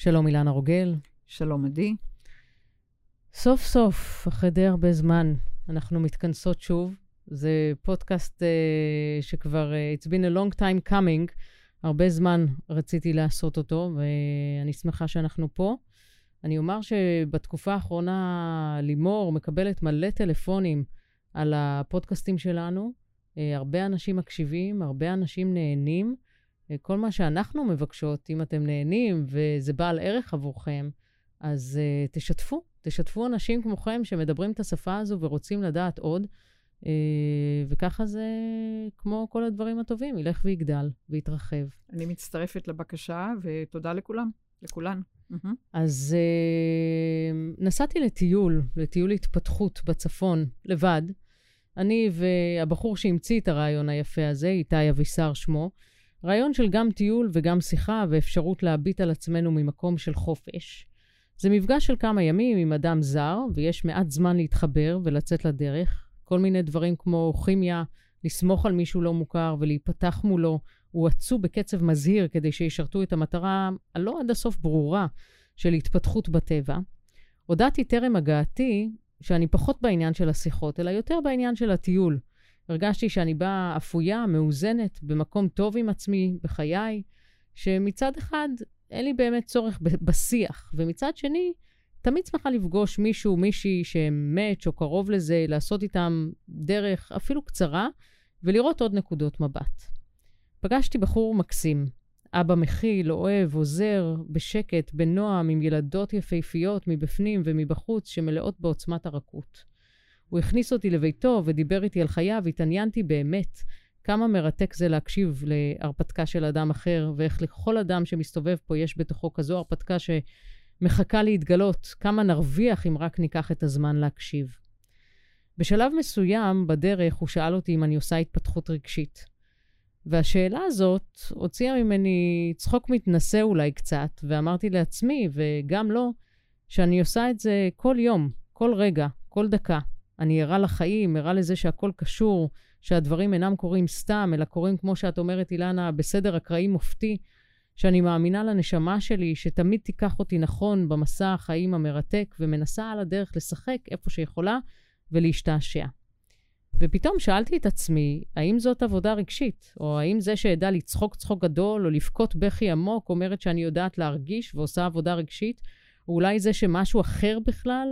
שלום אילנה רוגל. שלום עדי. סוף סוף, אחרי די הרבה זמן, אנחנו מתכנסות שוב. זה פודקאסט שכבר, it's been a long time coming. הרבה זמן רציתי לעשות אותו, ואני שמחה שאנחנו פה. אני אומר שבתקופה האחרונה לימור מקבלת מלא טלפונים על הפודקאסטים שלנו. הרבה אנשים מקשיבים, הרבה אנשים נהנים. כל מה שאנחנו מבקשות, אם אתם נהנים וזה בעל ערך עבורכם, אז תשתפו אנשים כמוכם שמדברים את השפה הזו ורוצים לדעת עוד, וככה זה כמו כל הדברים הטובים, ילך ויגדל ויתרחב. אני מצטרפת לבקשה ותודה לכולן. אז נסעתי לטיול התפתחות בצפון, לבד. אני והבחור שהמציא את הרעיון היפה הזה, איתי אבישר שמו, רעיון של גם טיול וגם שיחה ואפשרות להביט על עצמנו ממקום של חופש. זה מפגש של כמה ימים עם אדם זר, ויש מעט זמן להתחבר ולצאת לדרך. כל מיני דברים כמו כימיה, לסמוך על מישהו לא מוכר ולהיפתח מולו, הואצו בקצב מזהיר כדי שישרתו את המטרה הלא עד הסוף ברורה של התפתחות בטבע. הודעתי טרם הגעתי שאני פחות בעניין של השיחות, אלא יותר בעניין של הטיול. הרגשתי שאני באה אפויה, מאוזנת, במקום טוב עם עצמי, בחיי, שמצד אחד אין לי באמת צורך בשיח, ומצד שני, תמיד שמחה לפגוש מישהו, מישהי שמאץ' או קרוב לזה, לעשות איתם דרך אפילו קצרה, ולראות עוד נקודות מבט. פגשתי בחור מקסים, אבא מכיל, אוהב, עוזר, בשקט, בנועם, עם ילדות יפהפיות מבפנים ומבחוץ, שמלאות בעוצמת הרכות. הוא הכניס אותי לביתו ודיבר איתי על חייו, והתעניינתי באמת כמה מרתק זה להקשיב להרפתקה של אדם אחר, ואיך לכל אדם שמסתובב פה יש בתוכו כזו הרפתקה שמחכה להתגלות, כמה נרוויח אם רק ניקח את הזמן להקשיב. בשלב מסוים בדרך הוא שאל אותי אם אני עושה התפתחות רגשית. והשאלה הזאת הוציאה ממני צחוק מתנשא אולי קצת, ואמרתי לעצמי וגם לו שאני עושה את זה כל יום, כל רגע, כל דקה. אני ערה לחיים, ערה לזה שהכל קשור, שהדברים אינם קורים סתם, אלא קורים כמו שאת אומרת אילנה, בסדר אקראי מופתי, שאני מאמינה לנשמה שלי, שתמיד תיקח אותי נכון במסע החיים המרתק, ומנסה על הדרך לשחק איפה שיכולה ולהשתעשע. ופתאום שאלתי את עצמי, האם זאת עבודה רגשית? או האם זה שידע לצחוק צחוק גדול, או לבכות בכי עמוק, אומרת שאני יודעת להרגיש ועושה עבודה רגשית? או אולי זה שמשהו אחר בכלל,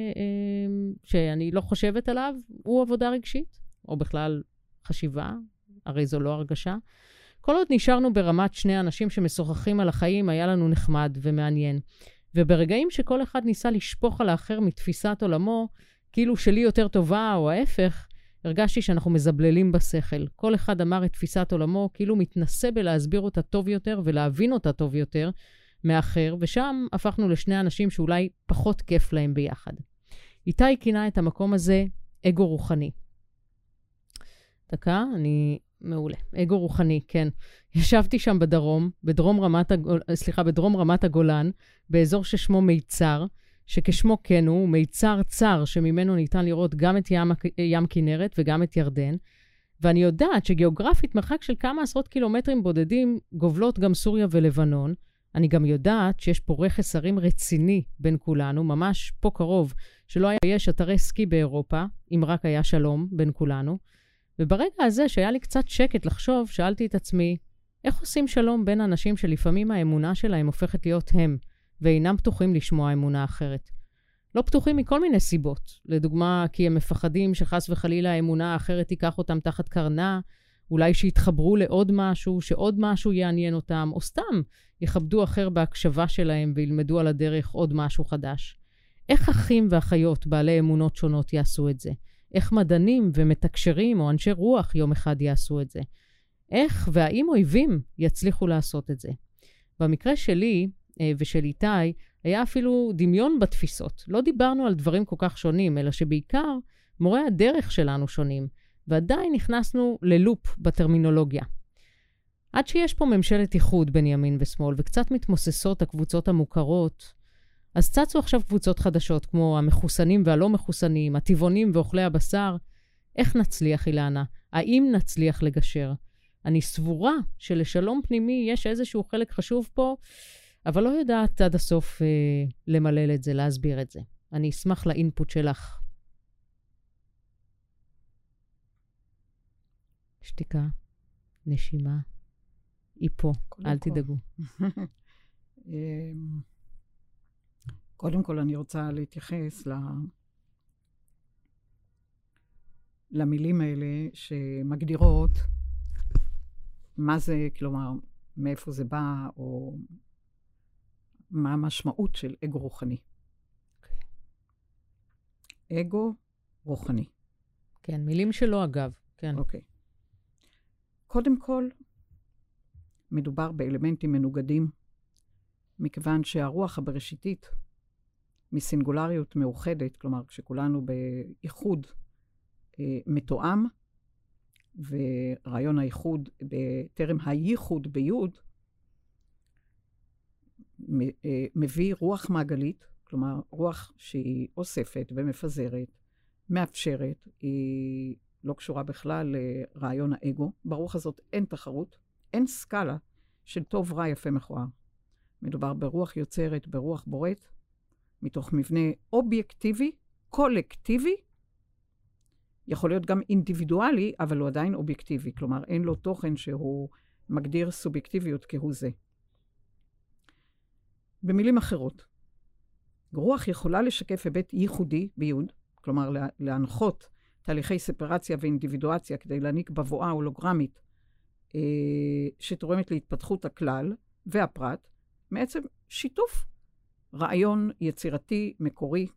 שאני לא חושבת עליו, הוא עבודה רגשית? או בכלל חשיבה? הרי זו לא הרגשה. כל עוד נשארנו ברמת שני אנשים שמשוחחים על החיים, היה לנו נחמד ומעניין. וברגעים שכל אחד ניסה לשפוך על האחר מתפיסת עולמו, כאילו שלי יותר טובה או ההפך, הרגשתי שאנחנו מזבללים בשכל. כל אחד אמר את תפיסת עולמו, כאילו מתנסה בלהסביר אותה טוב יותר ולהבין אותה טוב יותר מאחר, ושם הפכנו לשני אנשים שאולי פחות כיף להם ביחד. איתי כינה את המקום הזה אגו רוחני. דקה, מעולה. אגו רוחני, כן. ישבתי שם בדרום רמת הגולן, באזור ששמו מיצר, שכשמו כן הוא מיצר צר, שממנו ניתן לראות גם את ים כנרת וגם את ירדן, ואני יודעת שגיאוגרפית מרחק של כמה עשרות קילומטרים בודדים גובלות גם סוריה ולבנון. אני גם יודעת שיש פה רכס הרים רציני בין כולנו, ממש פה קרוב, שלא היה יש אתרי סקי באירופה, אם רק היה שלום בין כולנו. וברגע הזה שהיה לי קצת שקט לחשוב, שאלתי את עצמי, איך עושים שלום בין אנשים שלפעמים האמונה שלהם הופכת להיות הם, ואינם פתוחים לשמוע אמונה אחרת? לא פתוחים מכל מיני סיבות. לדוגמה, כי הם מפחדים שחס וחלילה האמונה האחרת תיקח אותם תחת קרנה, אולי שיתחברו לעוד משהו, שעוד משהו יעניין אותם, או סתם יכבדו אחר בהקשבה שלהם וילמדו על הדרך עוד משהו חדש. איך אחים ואחיות בעלי אמונות שונות יעשו את זה? איך מדענים ומתקשרים או אנשי רוח יום אחד יעשו את זה? איך והאם אויבים יצליחו לעשות את זה? במקרה שלי ושל איתי, היה אפילו דמיון בתפיסות. לא דיברנו על דברים כל כך שונים, אלא שבעיקר מורי הדרך שלנו שונים, ועדיין נכנסנו ללופ בטרמינולוגיה. עד שיש פה ממשלת איחוד בין ימין ושמאל, וקצת מתמוססות הקבוצות המוכרות, אז צצו עכשיו קבוצות חדשות, כמו המחוסנים והלא מחוסנים, הטבעונים ואוכלי הבשר. איך נצליח, אילנה? האם נצליח לגשר? אני סבורה שלשלום פנימי יש איזשהו חלק חשוב פה, אבל לא יודעת עד הסוף למלל את זה, להסביר את זה. אני אשמח לאינפוט שלך. שתיקה, נשימה, היא פה, אל תדאגו. קודם כל אני רוצה להתייחס למילים האלה שמגדירות מה זה, כלומר, מאיפה זה בא, או מה המשמעות של אגו רוחני. אגו רוחני. כן, מילים שלו אגב. כן. אוקיי. קודם כל, מדובר באלמנטים מנוגדים, מכיוון שהרוח הבראשיתית מסינגולריות מאוחדת, כלומר, כשכולנו באיחוד מתואם, ורעיון האיחוד בטרם הייחוד ביוד, מביא רוח מעגלית, כלומר, רוח שהיא אוספת ומפזרת, מאפשרת, היא לא קשורה בכלל לרעיון האגו. ברוח הזאת אין תחרות, אין סקאלה של טוב, רע, יפה, מכוער. מדובר ברוח יוצרת, ברוח בוראת, מתוך מבנה אובייקטיבי, קולקטיבי, יכול להיות גם אינדיבידואלי, אבל הוא עדיין אובייקטיבי. כלומר, אין לו תוכן שהוא מגדיר סובייקטיביות כהוא זה. במילים אחרות, רוח יכולה לשקף היבט ייחודי ביוד, כלומר, להנחות תהליכי ספרציה ואינדיבידואציה כדי להעניק בבואה הולוגרמית שתורמת להתפתחות הכלל והפרט, מעצם שיתוף רעיון יצירתי מקורי.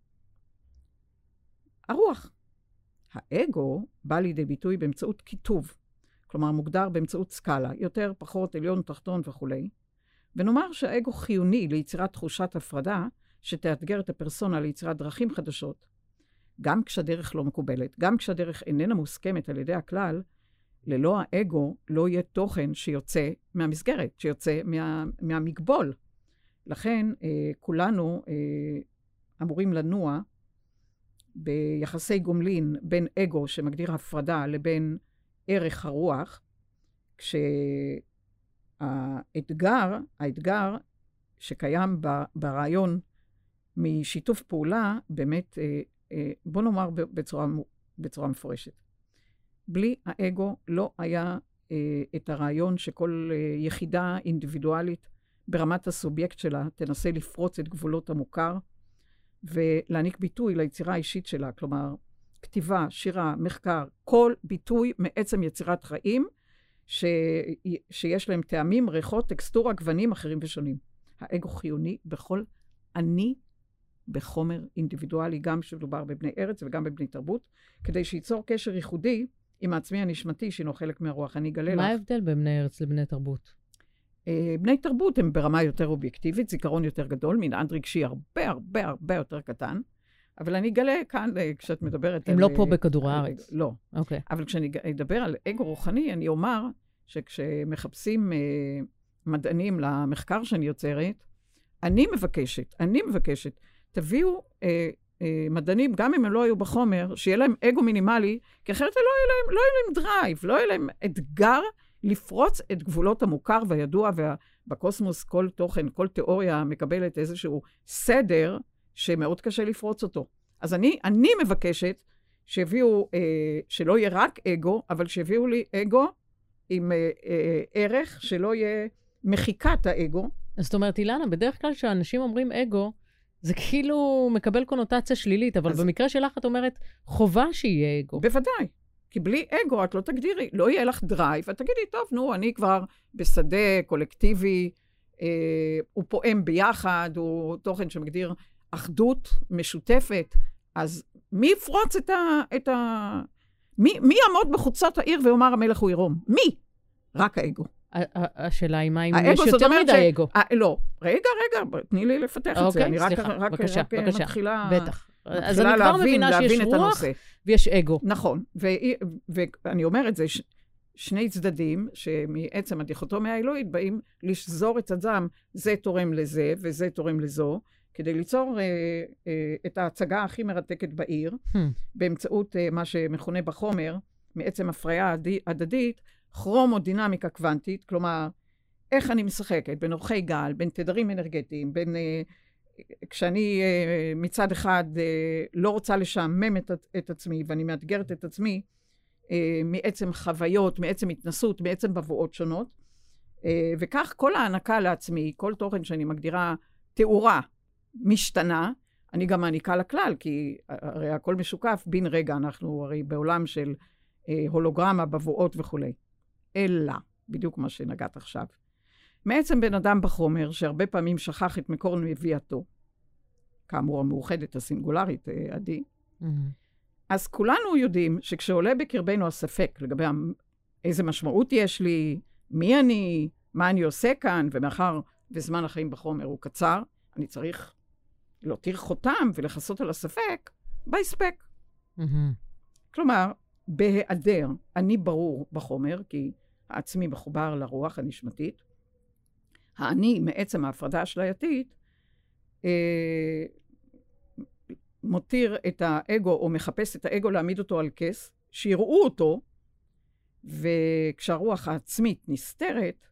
הרוח. האגו בא לידי ביטוי באמצעות כיתוב, כלומר מוגדר באמצעות סקאלה, יותר, פחות, עליון, תחתון וכו'. ונאמר שהאגו חיוני ליצירת תחושת הפרדה שתאתגר את הפרסונה ליצירת דרכים חדשות, גם כשהדרך לא מקובלת, גם כשהדרך איננה מוסכמת על ידי הכלל, ללא האגו לא יהיה תוכן שיוצא מהמסגרת, שיוצא מהמגבול. לכן כולנו אמורים לנוע ביחסי גומלין בין אגו שמגדיר הפרדה לבין ערך הרוח, האתגר שקיים ברעיון משיתוף פעולה, באמת, בוא נאמר בצורה מפורשת. בלי האגו לא היה את הרעיון שכל יחידה אינדיבידואלית ברמת הסובייקט שלה תנסה לפרוץ את גבולות המוכר, ולהעניק ביטוי ליצירה האישית שלה, כלומר, כתיבה, שירה, מחקר, כל ביטוי מעצם יצירת חיים, שיש להם טעמים, ריחות, טקסטורה, גוונים אחרים ושונים. האגו חיוני בכל אני, בחומר אינדיבידואלי, גם שמדובר בבני ארץ וגם בבני תרבות, כדי שייצור קשר ייחודי עם העצמי הנשמתי, שאינו חלק מהרוח. אני אגלה לך. מה ההבדל בין בני ארץ לבני תרבות? בני תרבות הם ברמה יותר אובייקטיבית, זיכרון יותר גדול, מנעד רגשי הרבה יותר קטן, אבל אני אגלה כאן, כשאת מדברת הם לא פה בכדור הארץ. לא. אוקיי. אבל כשאני אדבר על אגו רוחני, אני אומר שכשמחפשים מדענים למחקר שאני יוצרת, אני מבקשת, תביאו מדענים, גם אם הם לא היו בחומר, שיהיה להם אגו מינימלי, כי אחרת לא יהיה להם דרייב, לא יהיה להם אתגר לפרוץ את גבולות המוכר והידוע, ובקוסמוס כל תוכן, כל תיאוריה מקבלת איזשהו סדר שמאוד קשה לפרוץ אותו. אז אני מבקשת שיביאו, שלא יהיה רק אגו, אבל שיביאו לי אגו עם ערך, שלא יהיה מחיקת האגו. זאת אומרת, אילנה, בדרך כלל כשאנשים אומרים אגו, זה כאילו מקבל קונוטציה שלילית, אבל במקרה שלך את אומרת, חובה שיהיה אגו. בוודאי. כי בלי אגו את לא תגדירי, לא יהיה לך דרייב, את תגידי, טוב, נו, אני כבר בשדה קולקטיבי, הוא פועם ביחד, הוא תוכן שמגדיר אחדות משותפת, אז מי יפרוץ מי יעמוד בחוצות העיר ויאמר המלך הוא עירום? מי? רק האגו. השאלה היא מה אם יש יותר מדי אגו. לא, רגע, תני לי לפתח את זה. אני רק מתחילה... בטח. אז אני כבר מבינה שיש רוח ויש אגו. נכון, ואני אומרת, זה שני צדדים שמעצם הדיכוטומיה האלוהית באים לשזור את הצדם, זה תורם לזה וזה תורם לזו, כדי ליצור את ההצגה הכי מרתקת בעיר, באמצעות מה שמכונה בחומר, מעצם הפריה הדדית, כרומודינמיקה קוונטית, כלומר, איך אני משחקת, בין אורכי גל, בין תדרים אנרגטיים, בין... כשאני מצד אחד לא רוצה לשעמם את עצמי, ואני מאתגרת את עצמי, מעצם חוויות, מעצם התנסות, מעצם בבואות שונות, וכך כל הענקה לעצמי, כל תוכן שאני מגדירה תאורה משתנה, אני גם מעניקה לכלל, כי הרי הכל משוקף, בין רגע אנחנו הרי בעולם של הולוגרמה, בבואות וכו'. אלא, בדיוק מה שנגעת עכשיו. מעצם בן אדם בחומר, שהרבה פעמים שכח את מקור נביאתו, כאמור המאוחדת, הסינגולרית, עדי, אז כולנו יודעים שכשעולה בקרבנו הספק לגבי איזה משמעות יש לי, מי אני, מה אני עושה כאן, ומאחר וזמן החיים בחומר הוא קצר, אני צריך להותיר חותם ולחסות על הספק בהספק. כלומר, בהיעדר אני ברור בחומר, כי העצמי מחובר לרוח הנשמתית, האני מעצם ההפרדה האשלייתית, מותיר את האגו, או מחפש את האגו להעמיד אותו על כס, שיראו אותו, וכשהרוח העצמית נסתרת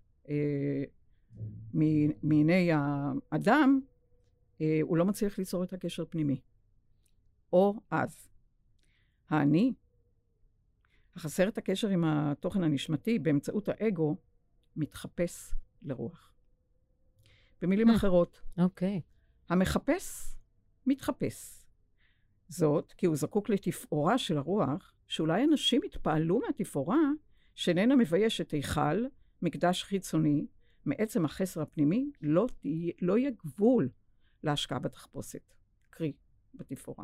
מעיני האדם, הוא לא מצליח ליצור את הקשר פנימי. או אז. האני, החסר את הקשר עם התוכן הנשמתי, באמצעות האגו, מתחפש לרוח. במילים אחרות, המחפש מתחפש. זאת כי הוא זקוק לתפאורה של הרוח, שאולי אנשים יתפעלו מהתפאורה, שאיננה מביישת היכל, מקדש חיצוני, מעצם החסר הפנימי, לא יהיה גבול להשקעה בתחפושת, קרי, בתפאורה.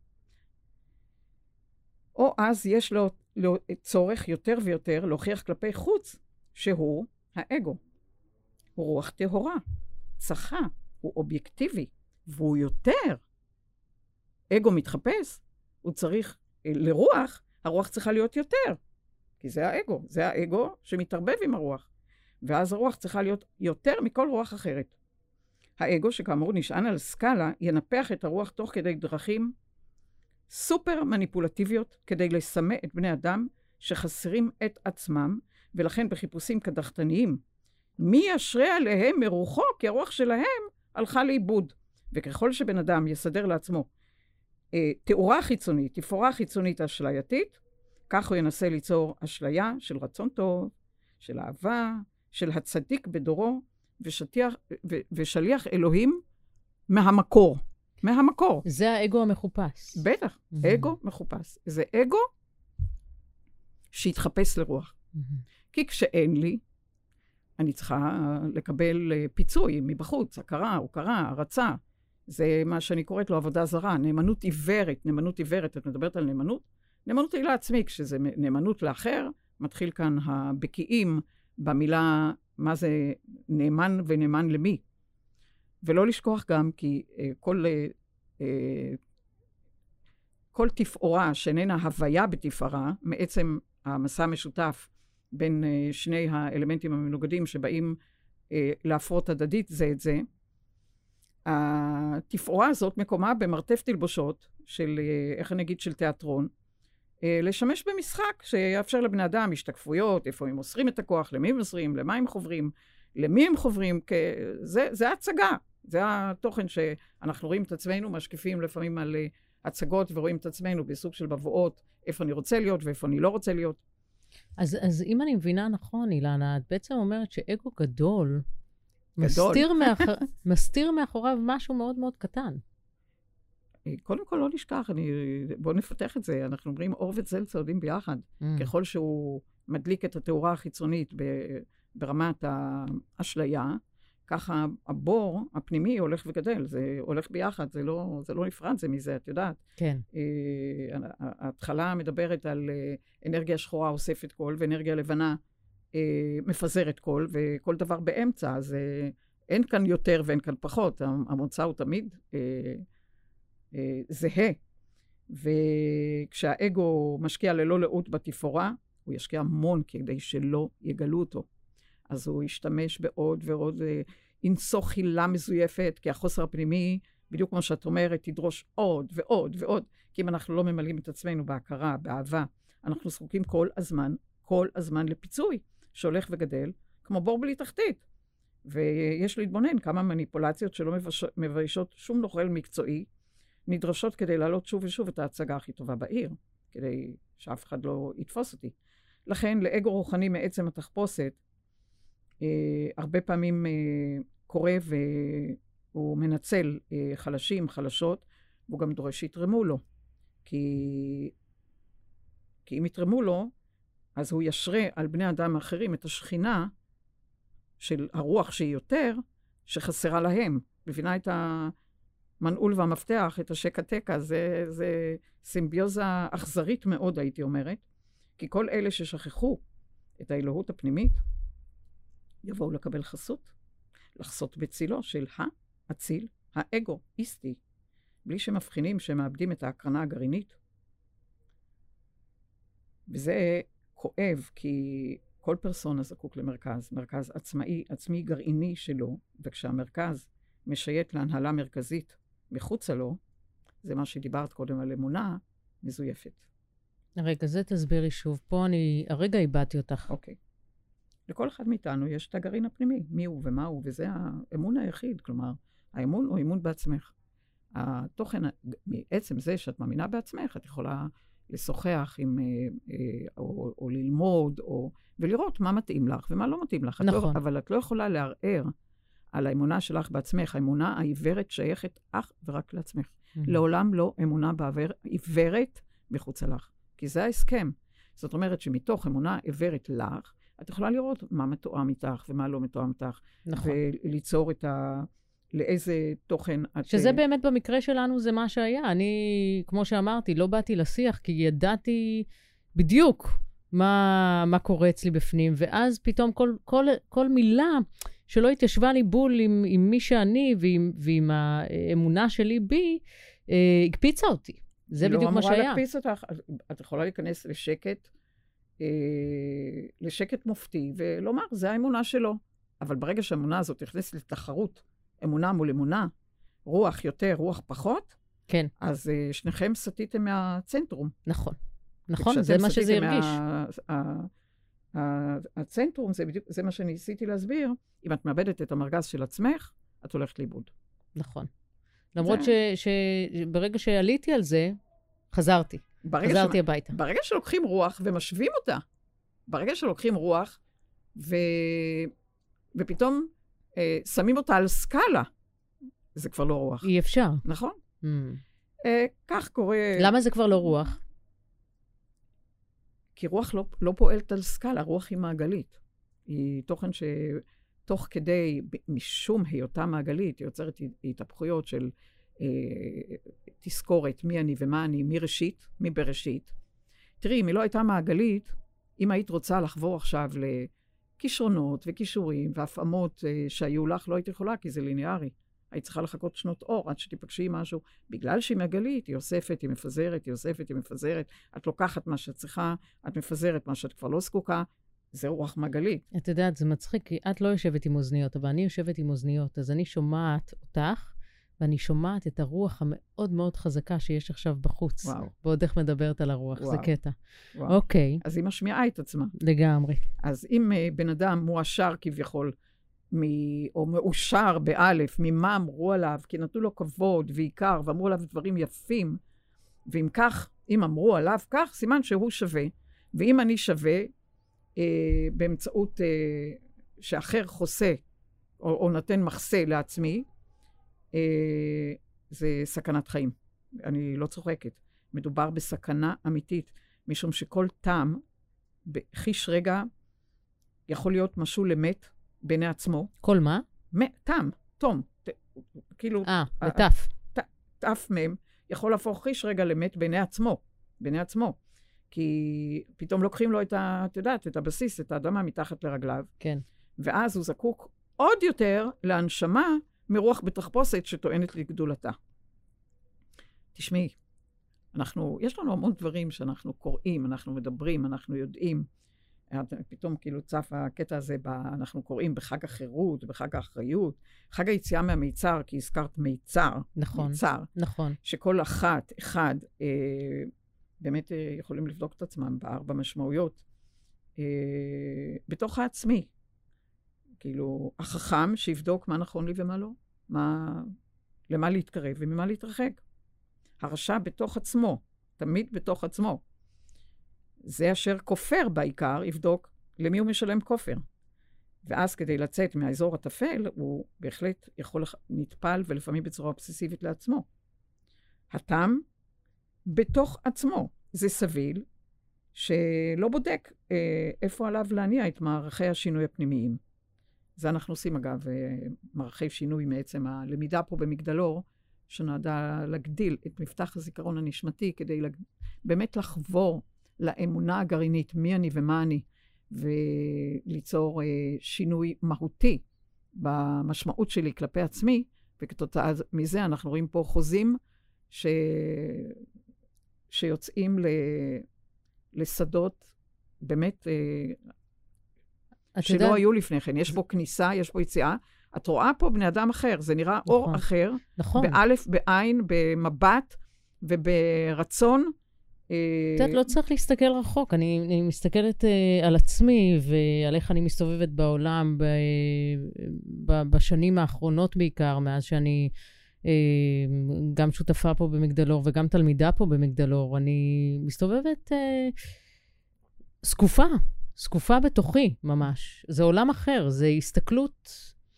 או אז יש לו צורך יותר ויותר להוכיח כלפי חוץ, שהוא האגו. הוא רוח טהורה, צחה, הוא אובייקטיבי, והוא יותר. אגו מתחפש, הוא צריך, לרוח, הרוח צריכה להיות יותר. כי זה האגו, זה האגו שמתערבב עם הרוח. ואז הרוח צריכה להיות יותר מכל רוח אחרת. האגו, שכאמור נשען על סקאלה, ינפח את הרוח תוך כדי דרכים סופר מניפולטיביות, כדי לסמא את בני אדם שחסרים את עצמם, ולכן בחיפושים קדחתניים, מי ישרה עליהם מרוחו, כי הרוח שלהם הלכה לאיבוד. וככל שבן אדם יסדר לעצמו תאורה חיצונית, תפאורה חיצונית אשלייתית, כך הוא ינסה ליצור אשליה של רצון טוב, של אהבה, של הצדיק בדורו, ושליח אלוהים מהמקור. מהמקור. זה האגו המחופש. בטח, אגו מחופש. זה אגו שהתחפש לרוח. כי כשאין לי, אני צריכה לקבל פיצוי מבחוץ, הכרה, הוקרה, הרצה. זה מה שאני קוראת לו עבודה זרה, נאמנות עיוורת. נאמנות עיוורת, את מדברת על נאמנות? נאמנות היא לעצמי, כשזה נאמנות לאחר, מתחיל כאן הבקיאים במילה מה זה נאמן ונאמן למי. ולא לשכוח גם כי כל תפאורה שאיננה הוויה בתפארה, מעצם המסע המשותף בין שני האלמנטים המנוגדים שבאים להפרות הדדית זה את זה, התפאורה הזאת מקומה במרתף תלבושות של, איך אני אגיד, של תיאטרון, לשמש במשחק שיאפשר לבני אדם השתקפויות, איפה הם מוסרים את הכוח, למי הם מוסרים, למה הם חוברים, למי הם חוברים, זה הצגה. זה התוכן שאנחנו רואים את עצמנו, משקיפים לפעמים על הצגות, ורואים את עצמנו בסוג של מבואות, איפה אני רוצה להיות ואיפה אני לא רוצה להיות. אז אם אני מבינה נכון, אילנה, את בעצם אומרת שאגו גדול, מסתיר מאחוריו משהו מאוד מאוד קטן. קודם כל לא נשכח, בואו נפתח את זה, אנחנו אומרים אור וצל צועדים ביחד, ככל שהוא מדליק את התאורה החיצונית ברמת האשליה, ככה הבור הפנימי הולך וגדל, זה הולך ביחד, זה לא נפרד זה מזה, את יודעת. כן. ההתחלה מדברת על אנרגיה שחורה אוספת קול, ואנרגיה לבנה מפזרת קול, וכל דבר באמצע, אז אין כאן יותר ואין כאן פחות, המוצא הוא תמיד זהה. וכשהאגו משקיע ללא לאות בתפאורה, הוא ישקיע המון כדי שלא יגלו אותו. אז הוא ישתמש בעוד ועוד אינסוך חילה מזויפת, כי החוסר הפנימי, בדיוק כמו שאת אומרת, תדרוש עוד ועוד ועוד, כי אם אנחנו לא ממלאים את עצמנו בהכרה, באהבה, אנחנו זקוקים כל הזמן לפיצוי, שהולך וגדל, כמו בור בלי תחתית. ויש להתבונן כמה מניפולציות שלא מביישות שום נוכל מקצועי, נדרשות כדי להעלות שוב ושוב את ההצגה הכי טובה בעיר, כדי שאף אחד לא יתפוס אותי. לכן, לאגו רוחני מעצם התחפושת, הרבה פעמים קורה והוא מנצל חלשים, חלשות, והוא גם דורש שיתרמו לו. כי אם יתרמו לו, אז הוא ישרה על בני אדם האחרים את השכינה של הרוח שהיא יותר, שחסרה להם. מבינה את המנעול והמפתח, את השקע-תקע, זה סימביוזה אכזרית מאוד, הייתי אומרת. כי כל אלה ששכחו את האלוהות הפנימית, יבואו לקבל חסות, לחסות בצילו של האציל, האגואיסטי, בלי שמבחינים שהם מאבדים את ההקרנה הגרעינית. וזה כואב, כי כל פרסונה זקוק למרכז, מרכז עצמי גרעיני שלו, וכשהמרכז משייט להנהלה מרכזית מחוצה לו, זה מה שדיברת קודם על אמונה, מזויפת. רגע, זה תסבירי שוב. פה הרגע איבדתי אותך. אוקיי. לכל אחד מאיתנו יש את הגרעין הפנימי, מי הוא ומה הוא, וזה האמון היחיד, כלומר, האמון הוא אמון בעצמך. התוכן, מעצם זה שאת מאמינה בעצמך, את יכולה לשוחח או ללמוד, ולראות מה מתאים לך ומה לא מתאים לך. נכון. אבל את לא יכולה לערער על האמונה שלך בעצמך. האמונה העיוורת שייכת אך ורק לעצמך. לעולם לא אמונה עיוורת מחוצה לך. כי זה ההסכם. זאת אומרת שמתוך אמונה עיוורת לך, את יכולה לראות מה מתואם איתך ומה לא מתואם איתך. נכון. וליצור לאיזה תוכן את... שזה באמת במקרה שלנו זה מה שהיה. אני, כמו שאמרתי, לא באתי לשיח, כי ידעתי בדיוק מה קורה אצלי בפנים, ואז פתאום כל מילה שלא התיישבה לי בול עם מי שאני ועם האמונה שלי בי, הקפיצה אותי. זה בדיוק מה שהיה. לא אמורה להקפיץ אותך. את יכולה להיכנס לשקט מופתי, ולומר, זה האמונה שלו. אבל ברגע שהאמונה הזאת נכנסת לתחרות, אמונה מול אמונה, רוח יותר, רוח פחות, כן. אז שניכם סטיתם מהצנטרום. נכון. נכון, זה מה שזה הרגיש. הצנטרום, זה מה שניסיתי להסביר, אם את מאבדת את המרכז של עצמך, את הולכת לאיבוד. נכון. למרות שברגע שעליתי על זה, חזרתי הביתה. ברגע שלוקחים רוח ומשווים אותה, ברגע שלוקחים רוח ופתאום שמים אותה על סקאלה, זה כבר לא רוח. אי אפשר. נכון? כך קורה... למה זה כבר לא רוח? כי רוח לא פועלת על סקאלה, רוח היא מעגלית. היא תוכן שתוך כדי, משום היותה מעגלית, היא יוצרת התהפכויות של תזכורת מי אני ומה אני, מבראשית. תראי, אם היא לא הייתה מעגלית, אם היית רוצה לחבור עכשיו לכישרונות וכישורים והפעמות שהיו לך, לא היית יכולה, כי זה ליניארי. היית צריכה לחכות שנות אור עד שתיפגשי משהו. בגלל שהיא מעגלית, היא אוספת, היא מפזרת, היא אוספת, היא מפזרת. את לוקחת מה שאת צריכה, את מפזרת מה שאת כבר לא זקוקה. זה רוח מעגלית. את יודעת, זה מצחיק, כי את לא יושבת עם אוזניות, אבל אני יושבת עם אוזניות, אז אני שומעת אותך, ואני שומעת את הרוח המאוד מאוד חזקה שיש עכשיו בחוץ. וואו. ועוד איך מדברת על הרוח, וואו. זה קטע. וואו. אוקיי. אז היא משמיעה את עצמה. לגמרי. אז אם בן אדם מואשר כביכול, או מאושר באלף, ממה אמרו עליו, כי נתנו לו כבוד ועיקר, ואמרו עליו דברים יפים, ואם כך, אם אמרו עליו כך, סימן שהוא שווה. ואם אני שווה, באמצעות שאחר חוסה, או נותן מחסה לעצמי, זה סכנת חיים. אני לא צוחקת. מדובר בסכנה אמיתית, משום שכל טעם, בחיש רגע, יכול להיות משהו למת בעיני עצמו. כל מה? טעם, תום. כאילו... לטף. טף מהם, יכול להפוך חיש רגע למת בעיני עצמו. כי פתאום לוקחים לו את יודעת, את הבסיס, את האדמה מתחת לרגליו. כן. ואז הוא זקוק עוד יותר להנשמה מרוח בתחפושת שטוענת לגדולתה. תשמעי, יש לנו המון דברים שאנחנו קוראים, אנחנו מדברים, אנחנו יודעים. פתאום כאילו צף הקטע הזה, אנחנו קוראים בחג החירות, בחג האחריות, חג היציאה מהמיצר, כי הזכרת מיצר. נכון, מיצר, נכון. שכל אחד, באמת יכולים לבדוק את עצמם בארבע משמעויות, בתוך העצמי. כאילו, החכם שיבדוק מה נכון לי ומה לא. למה להתקרב וממה להתרחק. הרשע בתוך עצמו, תמיד בתוך עצמו. זה אשר כופר בעיקר, יבדוק למי הוא משלם כופר. ואז כדי לצאת מהאזור התפל, הוא בהחלט יכול נטפל ולפעמים בצורה אובססיבית לעצמו. התם בתוך עצמו. זה סביל שלא בודק איפה עליו להניע את מערכי השינוי הפנימיים. זה אנחנו עושים אגב, מערכי שינוי מעצם הלמידה פה במגדלור, שנועדה להגדיל את מפתח הזיכרון הנשמתי, כדי באמת לחבור לאמונה הגרעינית, מי אני ומה אני, וליצור שינוי מהותי במשמעות שלי כלפי עצמי, וכתוצאה מזה אנחנו רואים פה חוזים שיוצאים לשדות באמת שלא היו לפני כן. יש פה כניסה, יש פה יציאה. את רואה פה בני אדם אחר, זה נראה אור אחר, באלף, בעין, במבט וברצון. את יודעת, לא צריך להסתכל רחוק. אני מסתכלת על עצמי ועל איך אני מסתובבת בעולם בשנים האחרונות בעיקר, מאז שאני גם שותפה פה במגדלור וגם תלמידה פה במגדלור. אני מסתובבת סקופה בתוכי ממש. זה עולם אחר, זה הסתכלות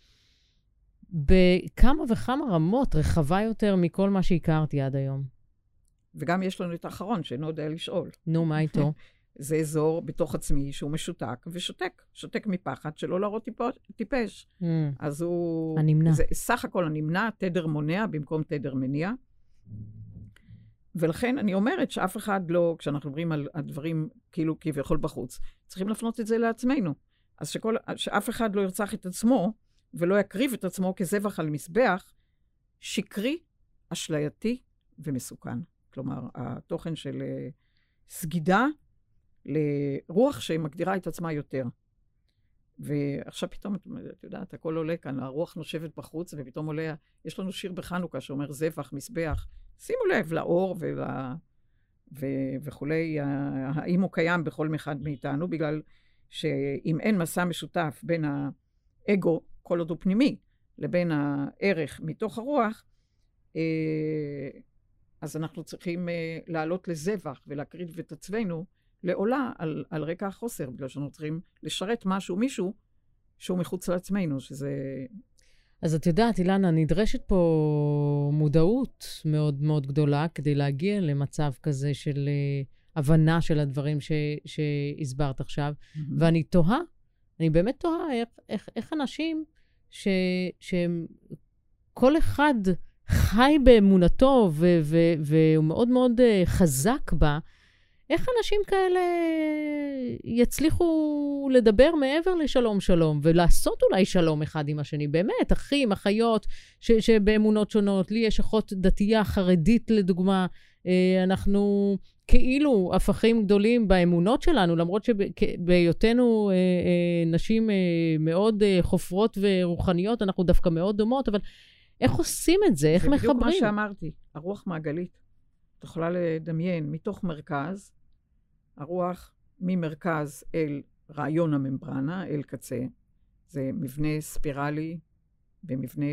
בכמה וכמה רמות רחבה יותר מכל מה שהכרתי עד היום. וגם יש לנו את האחרון שאינו יודע לשאול. נו, מה איתו? זה אזור בתוך עצמי שהוא משותק ושותק. שותק מפחד שלא להראות טיפש. אז הוא... הנמנע. זה סך הכל הנמנע, תדר מונע במקום תדר מניע. ולכן אני אומרת שאף אחד לא, כשאנחנו מדברים על הדברים כאילו כביכול בחוץ, צריכים לפנות את זה לעצמנו. אז שאף אחד לא ירצח את עצמו, ולא יקריב את עצמו כזבח על מזבח, שקרי, אשלייתי ומסוכן. כלומר, התוכן של סגידה לרוח שמגדירה את עצמה יותר. ועכשיו פתאום, את יודעת, הכל עולה כאן, הרוח נושבת בחוץ, ופתאום עולה, יש לנו שיר בחנוכה שאומר זבח, מזבח. שימו לב לאור וכולי, האם הוא קיים בכל אחד מאיתנו, בגלל שאם אין מסע משותף בין האגו, כל עוד הוא פנימי, לבין הערך מתוך הרוח, אז אנחנו צריכים לעלות לזבח ולהקריב את עצמנו לעולה על רקע החוסר, בגלל שאנחנו צריכים לשרת מישהו שהוא מחוץ לעצמנו, שזה... אז את יודעת, אילנה, נדרשת פה מודעות מאוד מאוד גדולה כדי להגיע למצב כזה של הבנה של הדברים שהסברת עכשיו. ואני תוהה, אני באמת תוהה איך אנשים שכל אחד חי באמונתו והוא מאוד מאוד חזק בה, איך אנשים כאלה יצליחו לדבר מעבר לשלום שלום, ולעשות אולי שלום אחד עם השני? באמת, אחים, אחיות, שבאמונות שונות, לי יש אחות דתייה חרדית לדוגמה, אנחנו כאילו הפכים גדולים באמונות שלנו, למרות שבהיותנו נשים מאוד חופרות ורוחניות, אנחנו דווקא מאוד דומות, אבל איך עושים את זה? איך מחברים? זה בדיוק מה שאמרתי, הרוח מעגלית. את יכולה לדמיין מתוך מרכז, הרוח ממרכז אל רעיון הממברנה, אל קצה. זה מבנה ספירלי, במבנה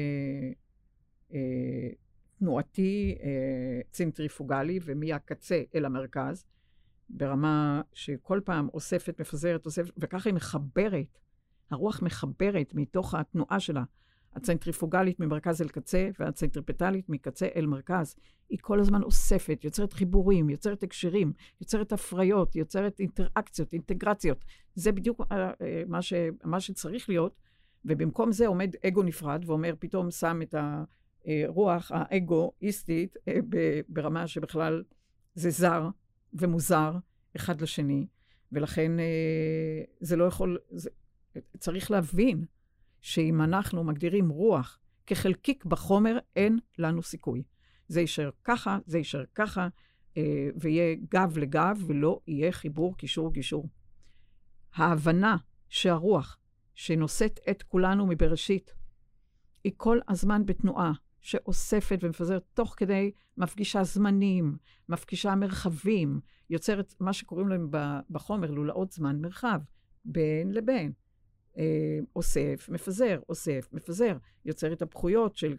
תנועתי, צנטריפוגלי, ומהקצה אל המרכז, ברמה שכל פעם אוספת, מפזרת, אוספת, וככה היא מחברת, הרוח מחברת מתוך התנועה שלה, הצנטריפוגלית ממרכז אל קצה, והצנטריפטלית מקצה אל מרכז. היא כל הזמן אוספת, יוצרת חיבורים, יוצרת הקשרים, יוצרת הפריות, יוצרת אינטראקציות, אינטגרציות. זה בדיוק מה שצריך להיות, ובמקום זה עומד אגו נפרד, ואומר, פתאום שם את הרוח האגואיסטית ברמה שבכלל זה זר ומוזר אחד לשני, ולכן זה לא יכול, צריך להבין, שאם אנחנו מגדירים רוח כחלקיק בחומר, אין לנו סיכוי. זה יישאר ככה, זה יישאר ככה, ויהיה גב לגב, ולא יהיה חיבור, קישור, גישור. ההבנה שהרוח שנושאת את כולנו מבראשית, היא כל הזמן בתנועה, שאוספת ומפזרת תוך כדי מפגישה זמנים, מפגישה מרחבים, יוצרת מה שקוראים להם בחומר, לולאות זמן מרחב, בין לבין. אוסף, מפזר, אוסף, מפזר, יוצר התהפכויות של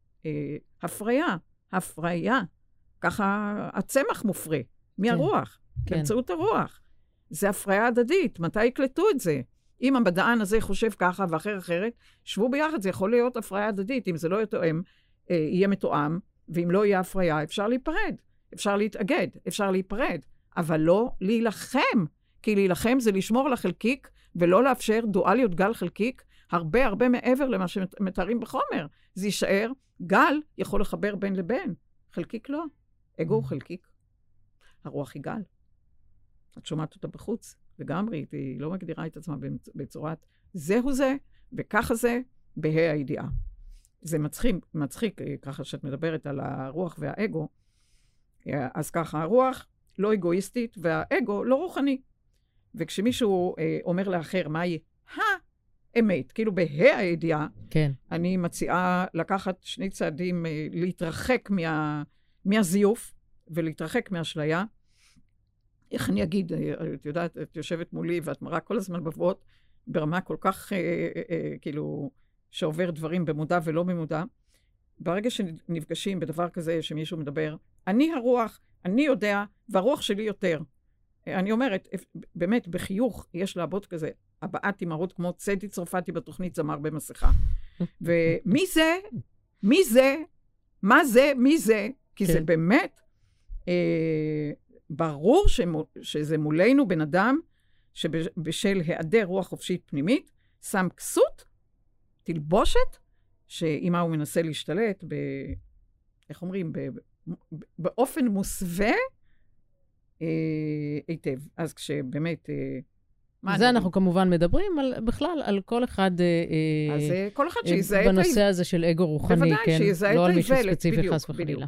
הפריה. ככה הצמח מופרה, מהרוח, כן. באמצעות הרוח. זה הפריה הדדית, מתי יקלטו את זה? אם המדען הזה חושב ככה אחרת, שבו ביחד, זה יכול להיות הפריה הדדית. אם זה לא יתואם, יהיה מתואם, ואם לא יהיה הפריה, אפשר להיפרד, אפשר להתאגד, אפשר להיפרד, אבל לא להילחם, כי להילחם זה לשמור על החלקיק, ולא לאפשר דואליות גל חלקיק, הרבה מעבר למה שמתארים בחומר. זה יישאר, גל יכול לחבר בין לבין, חלקיק לא. אגו הוא חלקיק. הרוח היא גל. את שומעת אותה בחוץ, לגמרי, היא לא מגדירה את עצמה בצורת זהו זה, וככה זה, בה"א הידיעה. זה מצחיק, ככה שאת מדברת על הרוח והאגו, אז ככה, הרוח לא אגואיסטית, והאגו לא רוחני. וכשמישהו אומר לאחר מהי האמת, כאילו בה"א הידיעה, כן. אני מציעה לקחת שני צעדים, להתרחק מהזיוף, ולהתרחק מהאשליה. איך אני אגיד, את יודעת, את יושבת מולי, ואת מראה כל הזמן בבואות, ברמה כל כך, כאילו, שעובר דברים במודע ולא במודע. ברגע שנפגשים בדבר כזה, שמישהו מדבר, אני הרוח, אני יודע, והרוח שלי יותר. אני אומרת, באמת, בחיוך יש לעבוד כזה, הבעת אימהות כמו צדי צרפתי בתוכנית זמר במסכה. ומי זה? מי זה? מה זה? מי זה? כי זה באמת ברור שזה מולנו בן אדם שבשל היעדר רוח חופשית פנימית, שם כסות, תלבושת, שאימה הוא מנסה להשתלט איך אומרים? באופן מוסווה היטב. אז כשבאמת זה אנחנו כמובן מדברים בכלל על כל אחד אז כל אחד שיזהה בנושא הזה של אגו רוחני, כן? לא על מישהו ספציפי חס וחלילה.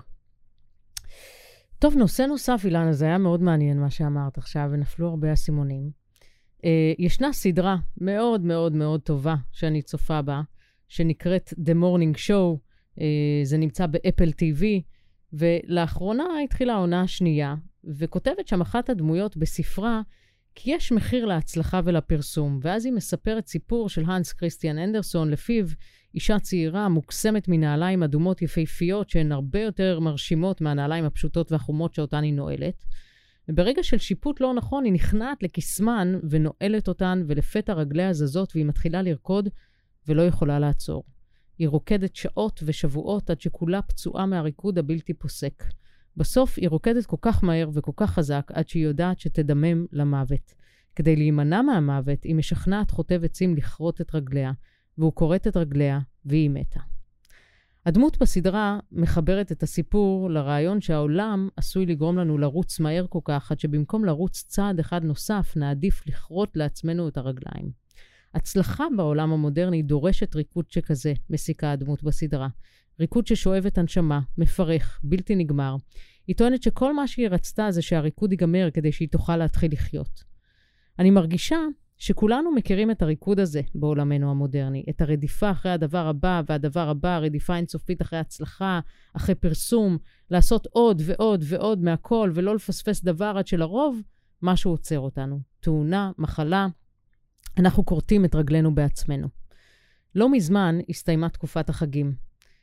טוב, נושא נוסף, אילנה, זה היה מאוד מעניין מה שאמרת עכשיו, ונפלו הרבה אסימונים. ישנה סדרה מאוד מאוד מאוד טובה שאני צופה בה, שנקראת The Morning Show, זה נמצא באפל TV, ולאחרונה התחילה העונה השנייה, וכותבת שם אחת הדמויות בספרה, כי יש מחיר להצלחה ולפרסום, ואז היא מספרת סיפור של הנס כריסטיאן אנדרסון, לפיו אישה צעירה מוקסמת מנעליים אדומות יפהפיות, שהן הרבה יותר מרשימות מהנעליים הפשוטות והחומות שאותן היא נועלת. וברגע של שיפוט לא נכון, היא נכנעת לכסמן ונועלת אותן, ולפתע רגליה זזות, והיא מתחילה לרקוד ולא יכולה לעצור. היא רוקדת שעות ושבועות עד שכולה פצועה מהריקוד הבלתי פוסק. בסוף היא רוקדת כל כך מהר וכל כך חזק עד שהיא יודעת שתדמם למוות. כדי להימנע מהמוות, היא משכנעת חוטב עצים לכרות את רגליה, והוא קורט את רגליה והיא מתה. הדמות בסדרה מחברת את הסיפור לרעיון שהעולם עשוי לגרום לנו לרוץ מהר כל כך, עד שבמקום לרוץ צעד אחד נוסף, נעדיף לכרות לעצמנו את הרגליים. הצלחה בעולם המודרני דורשת ריקוד שכזה, מסיקה הדמות בסדרה. ריקוד ששואב את הנשמה, מפרך, בלתי נגמר. היא טוענת שכל מה שהיא רצתה זה שהריקוד ייגמר כדי שהיא תוכל להתחיל לחיות. אני מרגישה שכולנו מכירים את הריקוד הזה בעולמנו המודרני, את הרדיפה אחרי הדבר הבא והדבר הבא, הרדיפה אינסופית אחרי הצלחה, אחרי פרסום, לעשות עוד ועוד ועוד מהכל ולא לפספס דבר עד שלרוב משהו עוצר אותנו. תאונה, מחלה, אנחנו קורטים את רגלינו בעצמנו. לא מזמן הסתיימה תקופת החגים.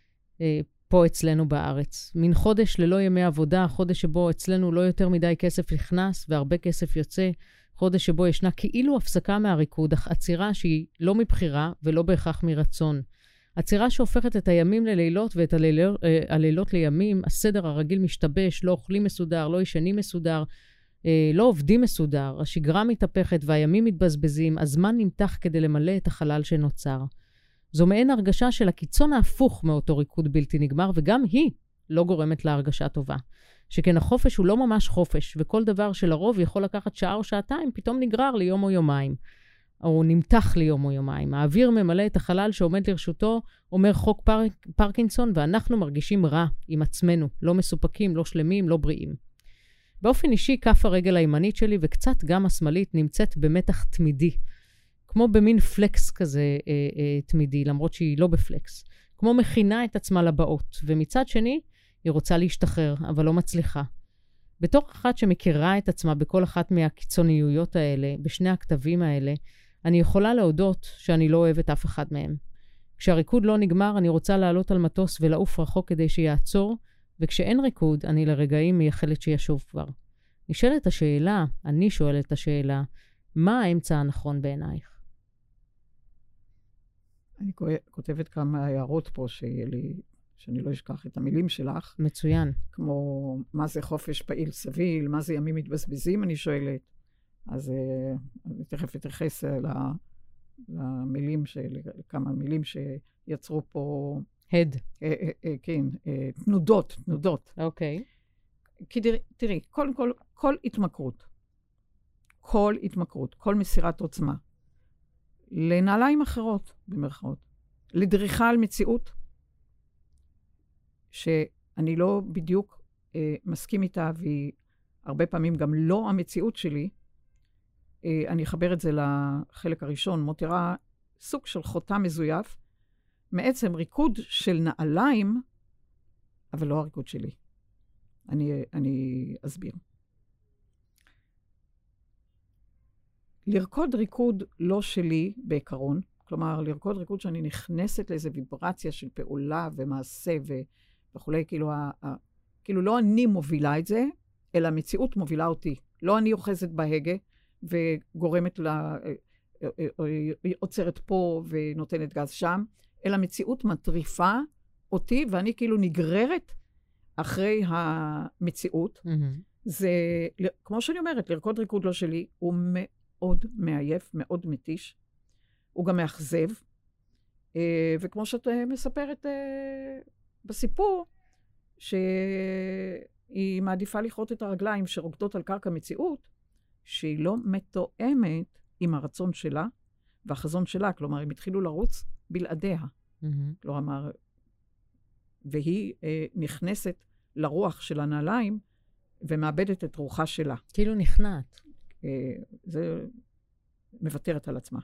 פה אצלנו בארץ. מן חודש ללא ימי עבודה, חודש שבו אצלנו לא יותר מדי כסף נכנס והרבה כסף יוצא, חודש שבו ישנה כאילו הפסקה מהריקוד, אך עצירה שהיא לא מבחירה ולא בהכרח מרצון. עצירה שהופכת את הימים ללילות ואת הלילות לימים, הסדר הרגיל משתבש, לא אוכלים מסודר, לא ישנים מסודר, לא עובדים מסודר, השגרה מתהפכת והימים מתבזבזים, הזמן נמתח כדי למלא את החלל שנוצר. זו מעין הרגשה של הקיצון ההפוך מאותו ריקוד בלתי נגמר, וגם היא לא גורמת להרגשה טובה. שכן החופש הוא לא ממש חופש, וכל דבר שלרוב יכול לקחת שעה או שעתיים, פתאום נגרר ליום או יומיים, או נמתח ליום או יומיים. האוויר ממלא את החלל שעומד לרשותו, אומר חוק פרקינסון, ואנחנו מרגישים רע עם עצמנו, לא מסופקים, לא שלמים, לא בריאים. באופן אישי, כף הרגל הימנית שלי, וקצת גם השמאלית, נמצאת במתח תמידי. כמו במין פלקס כזה תמידי, למרות שהיא לא בפלקס. כמו מכינה את עצמה לבאות, ומצד שני, היא רוצה להשתחרר, אבל לא מצליחה. בתור אחת שמכירה את עצמה בכל אחת מהקיצוניויות האלה, בשני הכתבים האלה, אני יכולה להודות שאני לא אוהבת אף אחד מהם. כשהריקוד לא נגמר, אני רוצה לעלות על מטוס ולעוף רחוק כדי שיעצור, וכשאין ריקוד, אני לרגעים מייחלת שישוב כבר. נשאלת השאלה, אני שואלת את השאלה, מה האמצע הנכון בעינייך? אני כותבת כמה הערות פה שאני לא אשכח את המילים שלך. מצוין. כמו, מה זה חופש פעיל סביל, מה זה ימים מתבזבזים, אני שואלת. אז אני תכף אתייחס למילים, כמה מילים שיצרו פה... הד. כן, תנודות. אוקיי. כי תראי, קודם כל התמכרות, כל מסירת עוצמה, לנעליים אחרות, במרכאות, לדריכה על מציאות, שאני לא בדיוק מסכים איתה, והיא הרבה פעמים גם לא המציאות שלי. אני אחבר את זה לחלק הראשון, מותירה סוג של חותם מזויף, מעצם ריקוד של נעליים, אבל לא הריקוד שלי. אני אסביר. לרקוד ריקוד לא שלי בעיקרון, כלומר, לרקוד ריקוד שאני נכנסת לאיזו ויברציה של פעולה ומעשה וכולי, כאילו לא אני מובילה את זה, אלא המציאות מובילה אותי. לא אני אוחזת בהגה וגורמת לה, עוצרת פה ונותנת גז שם, אלא המציאות מטריפה אותי, ואני כאילו נגררת אחרי המציאות. זה, כמו שאני אומרת, לרקוד ריקוד לא שלי, הוא מאוד מעייף, מאוד מתיש. הוא גם מאכזב. וכמו שאת מספרת בסיפור, שהיא מעדיפה לכרות את הרגליים שרוקדות על קרקע מציאות, שהיא לא מתואמת עם הרצון שלה, והחזון שלה, כלומר, הם התחילו לרוץ בלעדיה. כלומר, והיא נכנסת לרוח של הנעליים, ומאבדת את רוחה שלה. כאילו נכנעת. זה מוותרת על עצמה.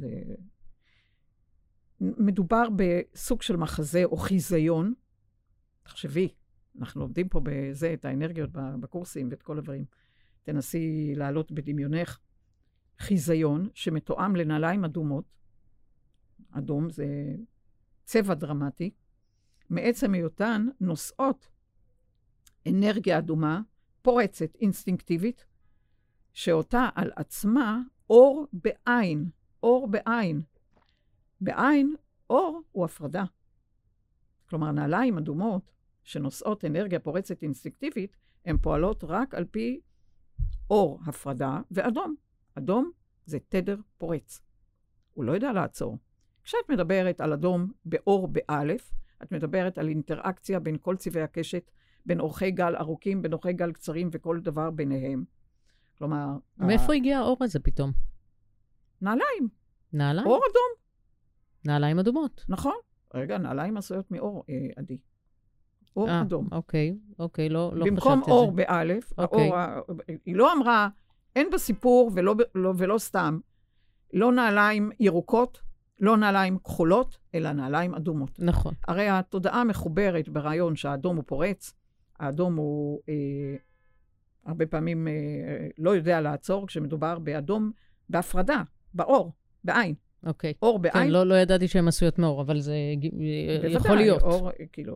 מדובר בסוג של מחזה או חיזיון. תחשבי, אנחנו עובדים פה בזה, את האנרגיות בקורסים ואת כל הדברים. תנסי לעלות בדמיונך חיזיון שמתואם לנעליים אדומות. אדום זה צבע דרמטי. מעצם היותן נושאות אנרגיה אדומה, פורצת, אינסטינקטיבית, שאותה על עצמה אור בעין. אור בעין. בעין, אור הוא הפרדה. כלומר, נעליים אדומות שנושאות אנרגיה פורצת אינסטינקטיבית, הן פועלות רק על פי אור, הפרדה, ואדום. אדום זה תדר פורץ. הוא לא יודע לעצור. כשאת מדברת על אדום באור באלף, את מדברת על אינטראקציה בין כל צבעי הקשת, בין אורכי גל ארוכים, בין אורכי גל קצרים וכל דבר ביניהם. כלומר... מאיפה הגיע האור הזה פתאום? נעליים. נעליים? אור אדום. נעליים אדומות. נכון. רגע, נעליים עשויות מאור, עדי. אור אדום. אוקיי, לא חשבתי את זה. במקום אור באלף, היא לא אמרה, אין בסיפור ולא סתם, לא נעליים ירוקות, לא נעליים כחולות, אלא נעליים אדומות. נכון. הרי התודעה מחוברת ברעיון שהאדום הוא פורץ, האדום הוא הרבה פעמים לא יודע לעצור, כשמדובר באדום בהפרדה, באור, בעין. אוקיי. אור בעין. כן, לא ידעתי שהן עשויות מאור, אבל זה יכול להיות. אור, כאילו,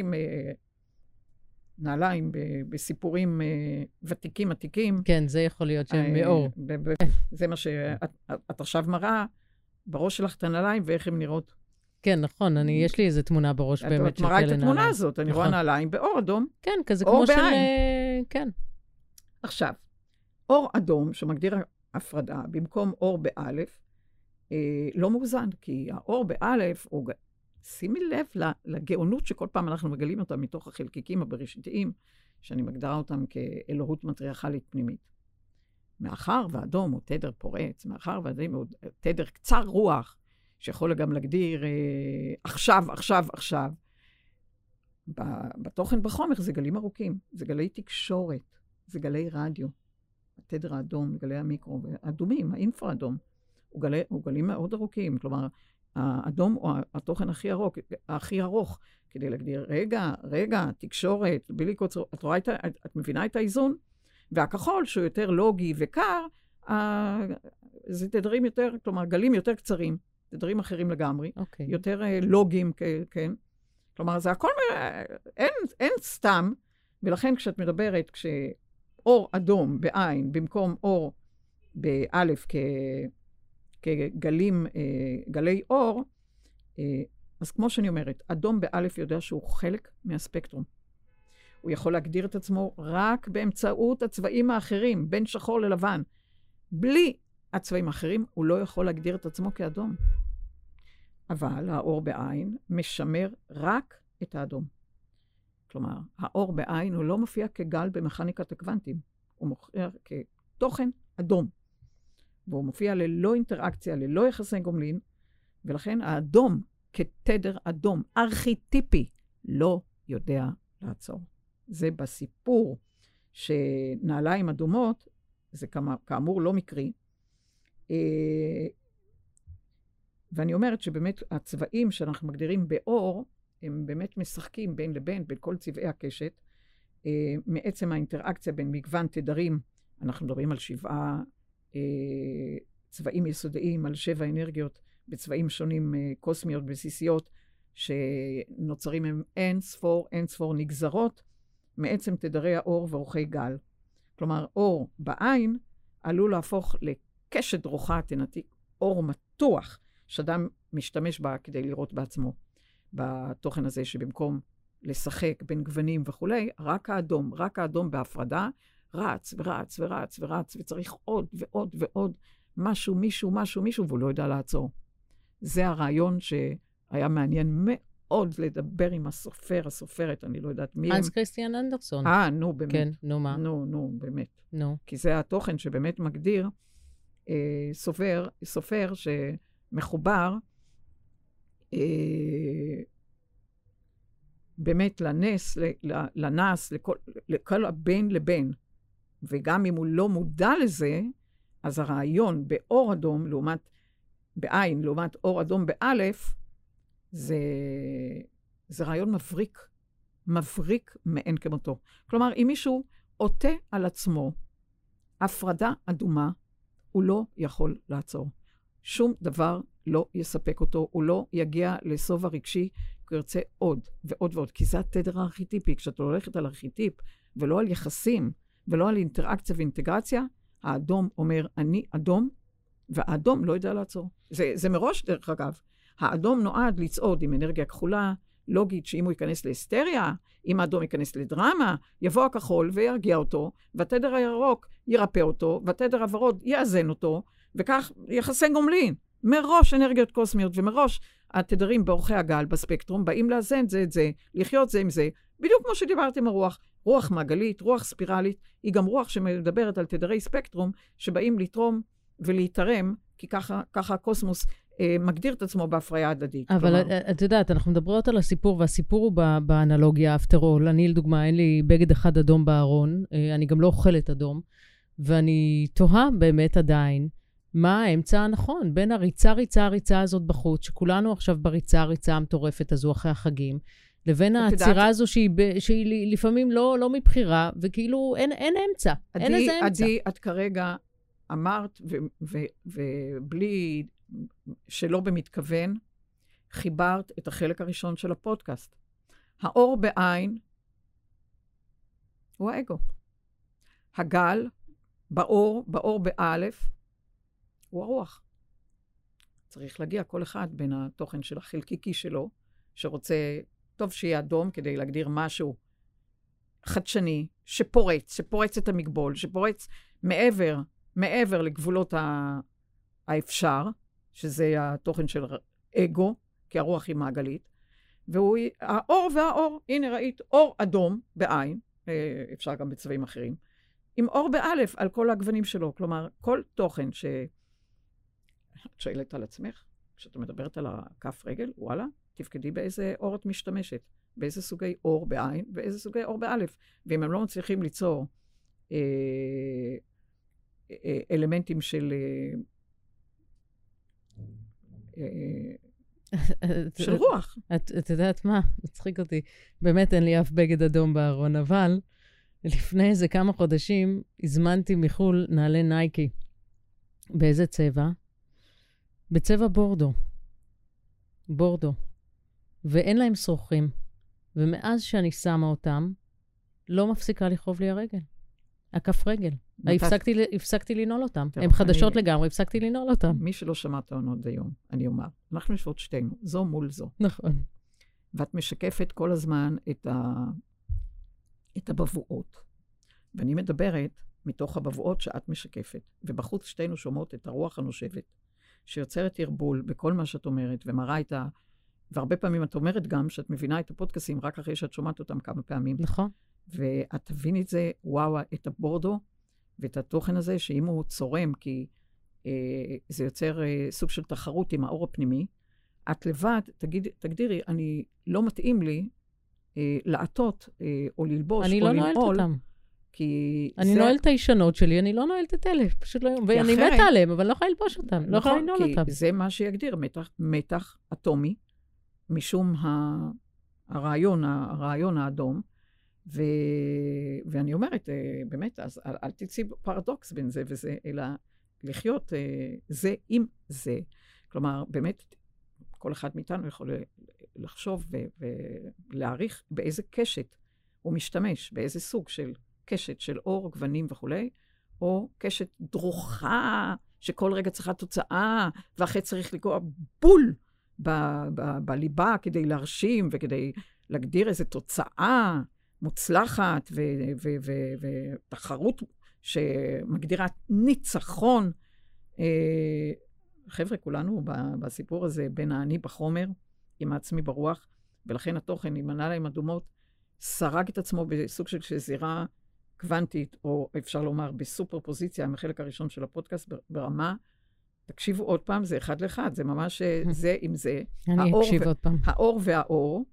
נעליים בסיפורים ותיקים עתיקים. כן, זה יכול להיות שהן מאור. זה מה שאת עכשיו מראה בראש שלך את הנעליים ואיך הן נראות. כן, נכון, יש לי איזו תמונה בראש באמת של כאלה נעליים. את מראה את התמונה הזאת, אני רואה נעליים באור אדום. כן, כזה כמו של... כן. עכשיו, אור אדום שמגדיר הפרדה במקום אור באלף, לא מאוזן, כי האור באלף, שימי לב לגאונות שכל פעם אנחנו מגלים אותה מתוך החלקיקים הבראשיתיים, שאני מגדרה אותם כאלוהות מטריארכלית פנימית. מאחר והאדום הוא תדר פורץ, מאחר והאדום הוא תדר קצר רוח, שיכול גם להגדיר עכשיו, בתוכן בחומר זה גלים ארוכים, זה גלי תקשורת, זה גלי רדיו, התדר האדום, גלי המיקרו, האדומים, האינפרה-אדום, הוא גלים מאוד ארוכים, כלומר, האדום הוא התוכן הכי ארוך, כדי להגדיר, רגע, תקשורת, בלי קוצר, את מבינה את האיזון? והכחול, שהוא יותר לוגי וקר, זה תדרים יותר, כלומר, גלים יותר קצרים, תדרים אחרים לגמרי, יותר לוגים, כן. כלומר, זה הכל, אין סתם, ולכן כשאת מדברת, כשאור אדום בעין, במקום אור באלף כגלים, גלי אור, אז כמו שאני אומרת, אדום באלף יודע שהוא חלק מהספקטרום. הוא יכול להגדיר את עצמו רק באמצעות הצבעים האחרים, בין שחור ללבן. בלי הצבעים האחרים, הוא לא יכול להגדיר את עצמו כאדום. אבל האור בעין משמר רק את האדום. כלומר, האור בעין הוא לא מופיע כגל במכניקת הקוונטים. הוא מופיע כתוכן אדום. והוא מופיע ללא אינטראקציה, ללא יחסי גומלין, ולכן האדום כתדר אדום, ארכיטיפי, לא יודע לעצור. זה בסיפור שנעליים אדומות, זה כאמור לא מקרי, ואני אומרת שבאמת הצבעים שאנחנו מגדירים באור, הם באמת משחקים בין לבין, בין כל צבעי הקשת, מעצם האינטראקציה בין מגוון תדרים, אנחנו מדברים על 7 צבעים יסודיים, על 7 אנרגיות בצבעים שונים קוסמיות בסיסיות, שנוצרים הם אין ספור נגזרות, מעצם תדרי האור ואורכי גל. כלומר, אור בעין עלול להפוך לקשת דרוכה תנתית, אור מתוח, שאדם משתמש בה כדי לראות בעצמו. בתוכן הזה שבמקום לשחק בין גוונים וכולי, רק האדום בהפרדה, רץ ורץ ורץ ורץ, וצריך עוד ועוד ועוד מישהו, והוא לא יודע לעצור. זה הרעיון שהיה מעניין מאוד לדבר עם הסופרת, אני לא יודעת מי הם. הנס כריסטיאן אנדרסון. נו, באמת. כן, נו מה? נו, באמת. נו. כי זה התוכן שבאמת מגדיר סופר שמחובר באמת לנס, לכל הבין לבין. וגם אם הוא לא מודע לזה, אז הרעיון באור אדום, בעין, לעומת אור אדום באלף, זה רעיון מבריק מאין כמותו. כלומר, אם מישהו עוטה על עצמו הפרדה אדומה, הוא לא יכול לעצור. שום דבר לא יספק אותו, הוא לא יגיע לסוף הרגשי, הוא ירצה עוד ועוד ועוד, כי זה התדר הארכיטיפי. כשאתה הולכת על ארכיטיפ, ולא על יחסים, ולא על אינטראקציה ואינטגרציה, האדום אומר, אני אדום, והאדום לא יודע לעצור. זה מראש, דרך אגב. האדום נועד לצעוד עם אנרגיה כחולה, לוגית, שאם הוא ייכנס להיסטריה, אם האדום ייכנס לדרמה, יבוא הכחול וירגיע אותו, והתדר הירוק ירפא אותו, והתדר הוורוד יאזן אותו, וכך יחסי גומלין. מראש אנרגיות קוסמיות, ומראש התדרים באורכי הגל בספקטרום, באים לאזן זה את זה, לחיות זה עם זה, בדיוק כמו שדיברתי עם הרוח. רוח מעגלית, רוח ספירלית, היא גם רוח שמדברת על תדרי ספקטרום, שבאים לתרום ולהתרם, כי ככה הקוסמוס מגדיר את עצמו בהפריה הדדית. אבל את יודעת, אנחנו מדברות על הסיפור, והסיפור הוא באנלוגיה, אפטרול. אני, לדוגמה, אין לי בגד אחד אדום בארון, אני גם לא אוכלת אדום, ואני תוהה באמת עדיין, מה האמצע הנכון בין הריצה הזאת בחוץ, שכולנו עכשיו בריצה המטורפת הזו אחרי החגים, לבין העצירה הזו שהיא לפעמים לא מבחירה, וכאילו אין אמצע, אין איזה אמצע. עדי, את כרגע אמרת, ובלי שלא במתכוון, חיברת את החלק הראשון של הפודקאסט. האור בעין הוא האגו. הגל באור באלף הוא הרוח. צריך להגיע כל אחד בין התוכן של החלקיקי שלו, שרוצה, טוב שיהיה אדום כדי להגדיר משהו חדשני, שפורץ את המגבול, שפורץ מעבר לגבולות האפשר, שזה התוכן של אגו, כי הרוח היא מעגלית, והאור, הנה ראית, אור אדום בעין, אפשר גם בצבעים אחרים, עם אור באלף על כל הגוונים שלו, כלומר, כל תוכן את שואלת על עצמך, כשאת מדברת על הכף רגל, וואלה, תפקדי באיזה אור את משתמשת, באיזה סוגי אור בעין, ואיזה סוגי אור באלף. ואם הם לא מצליחים ליצור אלמנטים של של רוח. את יודעת מה? מצחיק אותי. באמת אין לי אף בגד אדום בארון, אבל לפני איזה כמה חודשים הזמנתי מחול נעלי נייקי. באיזה צבע? בצבע בורדו. בורדו. ואין להם שרוכים. ומאז שאני שמה אותם, לא מפסיקה לכאוב לי הרגל. הכף רגל. הפסקתי לנעול אותם. הם חדשות לגמרי, הפסקתי לנעול אותם. מי שלא שמעת עוד היום, אני אומר, אנחנו יושבות שתינו, זו מול זו. נכון. ואת משקפת כל הזמן את הבבואות. ואני מדברת מתוך הבבואות שאת משקפת. ובחוץ שתינו שומעות את הרוח הנושבת, שיוצרת ערבול בכל מה שאת אומרת, ומראה את והרבה פעמים את אומרת גם שאת מבינה את הפודקאסים רק אחרי שאת שומעת אותם כמה פעמים. נכון. ואת תביני את זה, וואו, את הבורדו, ואת התוכן הזה, שאם הוא צורם, כי זה יוצר סוג של תחרות עם האור הפנימי, את לבד, תגדירי, אני לא מתאים לי לעטות, או ללבוש, או לנעול. אני לא נועלת אותם. אני נועלת את הישנות שלי, אני לא נועלת את אלה, פשוט לא... ואני מתה עליהם, אבל לא יכולה ללבוש אותם, לא יכולה לנעול אותם. כי זה מה שיגדיר, מתח אטומי, משום הרעיון האדום, ואני אומרת, באמת, אז אל תצאי פרדוקס בין זה וזה, אלא לחיות זה עם זה. כלומר, באמת, כל אחד מאיתנו יכול לחשוב ולהעריך באיזה קשת הוא משתמש, באיזה סוג של קשת של אור, גוונים וכו', או קשת דרוכה, שכל רגע צריכה תוצאה, ואחרי צריך לגוע בול בליבה כדי להרשים וכדי להגדיר איזו תוצאה מוצלחת ותחרות שמגדירה ניצחון. חבר'ה, כולנו בסיפור הזה בין האני בחומר עם העצמי ברוח, ולכן התוכן עם הנעליים אדומות סרג את עצמו בסוג של זירה קוונטית, או אפשר לומר בסופר פוזיציה, מהחלק הראשון של הפודקאסט ברמה, תקשיבו עוד פעם, זה אחד לאחד, זה ממש זה עם זה. אני אקשיב עוד פעם. האור והאור,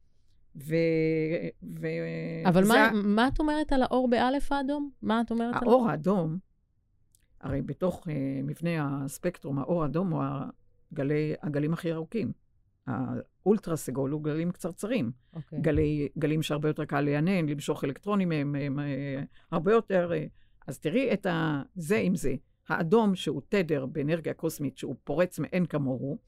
אבל מה את אומרת על האור באלף האדום? מה את אומרת על... האור האדום, הרי בתוך מבנה הספקטרום, האור האדום הוא הגלים הכי ארוכים. האולטרה סגול הוא גלים קצרצרים. גלים שהרבה יותר קל לענן, למשוך אלקטרונים הם הרבה יותר... אז תראי את זה עם זה. האדום שהוא תדר באנרגיה קוסמית, שהוא פורץ מאין כמוהו,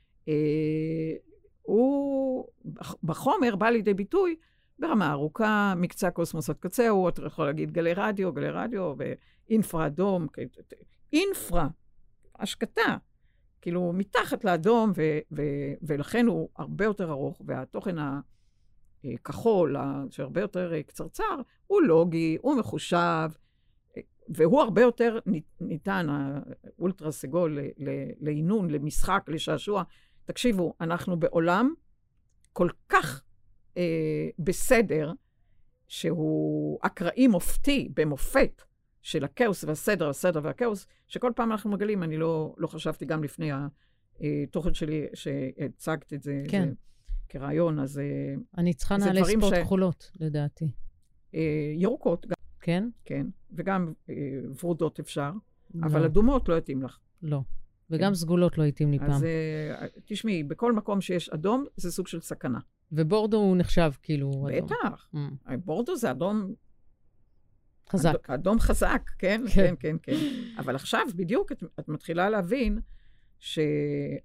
הוא בחומר בא לידי ביטוי ברמה ארוכה, מקצה הקוסמוס עד קצהו, אתה יכול להגיד גלי רדיו, ואינפרה אדום, אינפרה, השקטה, כאילו מתחת לאדום, ולכן הוא הרבה יותר ארוך, והתוכן הכחול, שהרבה יותר קצרצר, הוא לוגי, הוא מחושב, והוא הרבה יותר ניתן, האולטרה סגול, לעינון, למשחק, לשעשוע. תקשיבו, אנחנו בעולם כל כך בסדר, שהוא אקראי מופתי, במופת, של הכאוס והסדר, הסדר והכאוס, שכל פעם אנחנו מגלים, אני לא חשבתי גם לפני התוכן שלי, שהצגת את זה, כן. זה כרעיון, אז... אני צריכה נעלי ספורט כחולות, לדעתי. ירוקות גם. כן? כן, וגם ורודות אפשר, אבל אדומות לא יתאים לך. לא, וגם סגולות לא יתאים לי פעם. אז תשמעי, בכל מקום שיש אדום, זה סוג של סכנה. ובורדו הוא נחשב כאילו אדום. בטח. בורדו זה אדום... חזק. אדום חזק, כן, כן, כן, כן. אבל עכשיו בדיוק את מתחילה להבין שכל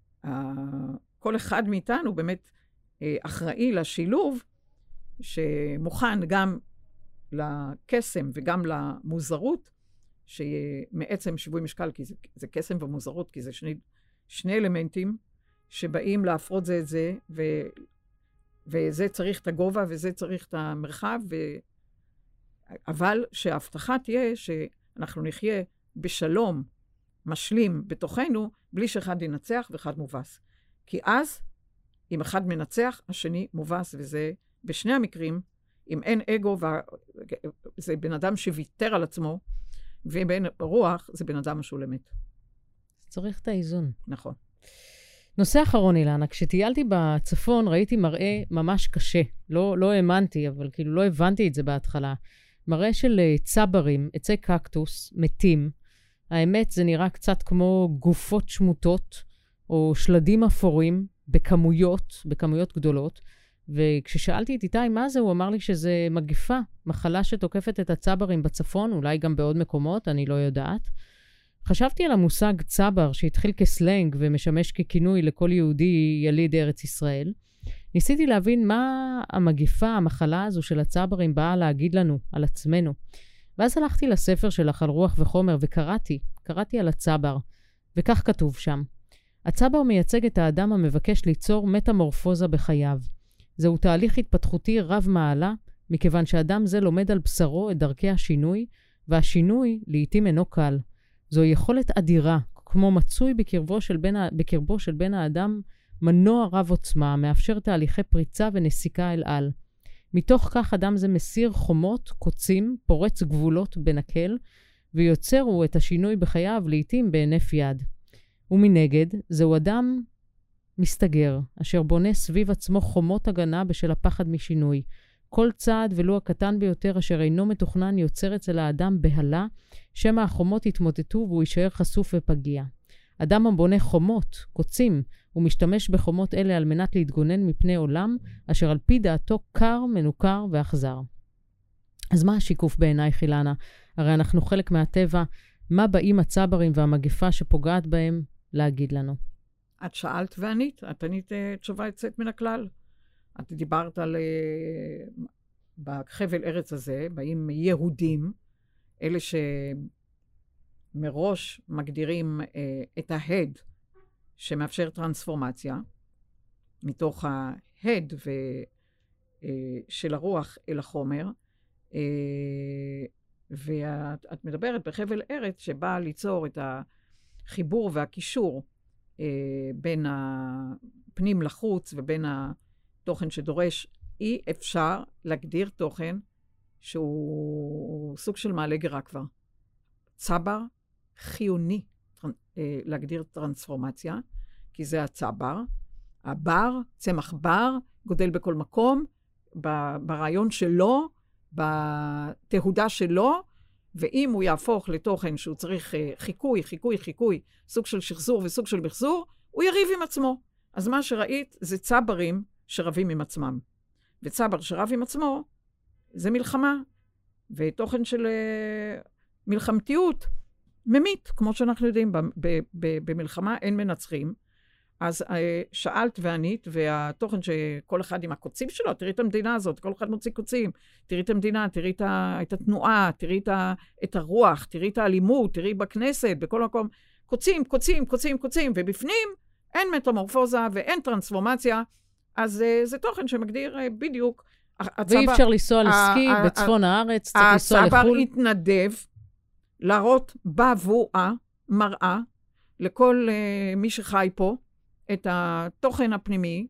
אחד מאיתנו באמת אחראי לשילוב, שמוכן גם לקסם וגם למוזרות, שמעצם שיווי משקל, כי זה קסם ומוזרות, כי זה שני אלמנטים שבאים להפרות זה את זה, וזה צריך את הגובה וזה צריך את המרחב, אבל שההבטחה תהיה שאנחנו נחיה בשלום משלים בתוכנו, בלי שאחד ינצח ואחד מובס. כי אז, אם אחד מנצח, השני מובס, וזה בשני המקרים, אם אין אגו, זה בן אדם שוויתר על עצמו, ובין רוח, זה בן אדם משול אמת. צריך את האיזון. נכון. נושא אחרון, אילנה, כשטיילתי בצפון, ראיתי מראה ממש קשה. לא האמנתי, אבל כאילו לא הבנתי את זה בהתחלה. מראה של צברים, עצי קקטוס, מתים. האמת, זה נראה קצת כמו גופות שמוטות, או שלדים אפורים, בכמויות גדולות. וכששאלתי את איתי מה זה, הוא אמר לי שזה מגפה, מחלה שתוקפת את הצברים בצפון, אולי גם בעוד מקומות, אני לא יודעת. חשבתי על המושג צבר שהתחיל כסלנג ומשמש ככינוי לכל יהודי יליד ארץ ישראל. ניסיתי להבין מה המגיפה, המחלה הזו של הצברים באה להגיד לנו, על עצמנו. ואז הלכתי לספר שלך על רוח וחומר וקראתי על הצבר, וכך כתוב שם. הצבר מייצג את האדם המבקש ליצור מטמורפוזה בחייו. זהו תהליך התפתחותי רב מעלה, מכיוון שאדם זה לומד על בשרו את דרכי השינוי, והשינוי לעתים אינו קל. זו יכולת אדירה, כמו מצוי בקרבו של בן האדם מנוע רב עוצמה, מאפשר תהליכי פריצה ונסיקה אל על. מתוך כך אדם זה מסיר חומות, קוצים, פורץ גבולות בנקל, ויוצרו את השינוי בחייו לעתים בהינף יד. ומנגד, זהו אדם מסתגר, אשר בונה סביב עצמו חומות הגנה בשל הפחד משינוי. כל צעד ולו הקטן ביותר אשר אינו מתוכנן יוצר אצל האדם בהלה, שמא החומות יתמוטטו והוא יישאר חשוף ופגיע. אדם הבונה חומות, קוצים, ומשתמש בחומות אלה על מנת להתגונן מפני עולם, אשר על פי דעתו קר, מנוכר ואכזר. אז מה השיקוף בעינייך, אילנה? הרי אנחנו חלק מהטבע. מה באים הצברים והמגפה שפוגעת בהם להגיד לנו? את שאלת וענית, את ענית תשובה יוצאת מן הכלל. את דיברת על בחבל ארץ הזה, באים יהודים, אלה שמראש מגדירים את ההד שמאפשר טרנספורמציה, מתוך ההד של הרוח אל החומר, ואת מדברת בחבל ארץ שבא ליצור את החיבור והקישור בין הפנים לחוץ ובין התוכן שדורש. אי אפשר להגדיר תוכן שהוא סוג של מעלה גרה כבר. צבר חיוני להגדיר טרנספורמציה, כי זה הצבר. הבר, צמח בר, גודל בכל מקום, ברעיון שלו, בתהודה שלו, ואם הוא יהפוך לתוכן שהוא צריך חיקוי, סוג של שחזור וסוג של מחזור, הוא יריב עם עצמו. אז מה שראית זה צברים שרבים עם עצמם. וצבר שרב עם עצמו זה מלחמה, ותוכן של מלחמתיות ממית, כמו שאנחנו יודעים, במלחמה אין מנצחים. אז שאלת וענית, והתוכן שכל אחד עם הקוצים שלו, תראי את המדינה הזאת, כל אחד מוציא קוצים, תראי את המדינה, תראי את התנועה, תראי את הרוח, תראי את האלימות, תראי בכנסת, בכל מקום, קוצים, ובפנים אין מטמורפוזה ואין טרנספורמציה, אז זה תוכן שמגדיר בדיוק. ואי אפשר לנסוע לסקי בצפון הארץ, צריך לנסוע לחול. הצבר התנדב להראות בבואה, מראה, לכל מי שחי פה, את התוכן הפנימי,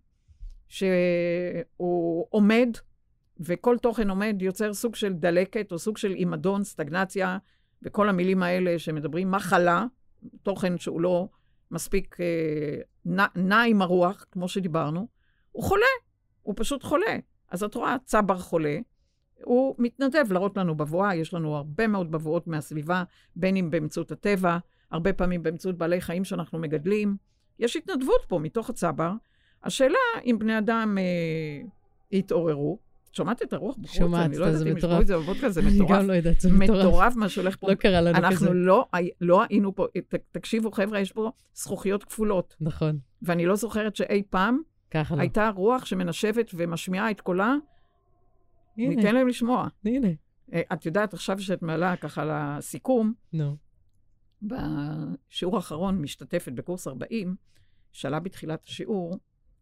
שהוא עומד, וכל תוכן עומד יוצר סוג של דלקת, או סוג של אימדון, סטגנציה, וכל המילים האלה שמדברים מחלה, תוכן שהוא לא מספיק נע עם הרוח, כמו שדיברנו, הוא חולה, הוא פשוט חולה. אז את רואה, צבר חולה, הוא מתנדב להראות לנו בבואה, יש לנו הרבה מאוד בבואות מהסביבה, בין אם באמצעות הטבע, הרבה פעמים באמצעות בעלי חיים שאנחנו מגדלים. יש התנדבות פה מתוך הצבר. השאלה אם בני אדם יתעוררו. שומעת את הרוח בחוץ? שומעת, אני לא יודעת זה אם מטורף. את זה בבודקה, זה מטורף. אני גם לא יודעת, זה מטורף. מטורף מה שהולך פה. לא קרה לנו כזה. אנחנו לא היינו פה, תקשיבו חבר'ה, יש פה זכוכיות כפולות. נכון. ואני לא זוכרת שאי פעם הייתה רוח שמנשבת ומשמיעה את קולה. ניתן להם לשמוע. הנה. את יודעת, עכשיו שאת מעלה ככה לסיכום, נו. בשיעור האחרון משתתפת בקורס 40, שאלה בתחילת השיעור,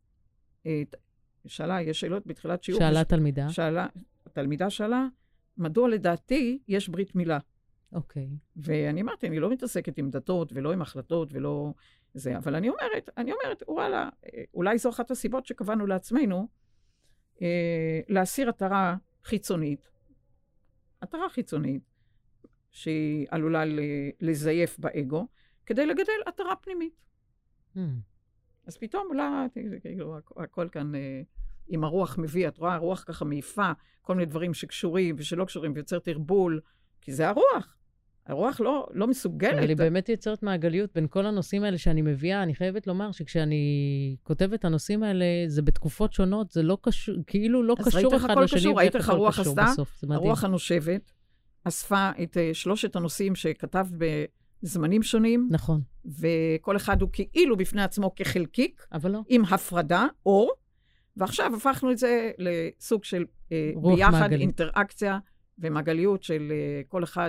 יש שאלות בתחילת שיעור. שאלה תלמידה. התלמידה שאלה, מדוע לדעתי יש ברית מילה? אוקיי. ואני אמרתי, אני לא מתעסקת עם דתות ולא עם החלטות ולא זה, אבל אני אומרת, וואלה, אולי זו אחת הסיבות שקבענו לעצמנו, להסיר עטרה חיצונית, שהיא עלולה לזייף באגו, כדי לגדל עטרה פנימית. אז פתאום, הכל כאן עם הרוח מביא, את רואה, הרוח ככה מעיפה, כל מיני דברים שקשורים ושלא קשורים, ויוצר תרבול, כי זה הרוח. הרוח לא מסוגלת. אבל היא באמת יוצרת מעגליות בין כל הנושאים האלה שאני מביאה. אני חייבת לומר שכשאני כותבת את הנושאים האלה, זה בתקופות שונות, זה לא קשור, כאילו לא קשור אחד לשני, ראית איך הרוח עשתה? הרוח הנושבת אספה את שלושת הנושאים שכתבת זמנים שונים. נכון. וכל אחד הוא כאילו בפני עצמו כחלקיק, אבל לא. עם הפרדה, אור, ועכשיו הפכנו את זה לסוג של ביחד מעגלית. אינטראקציה ומעגליות של כל אחד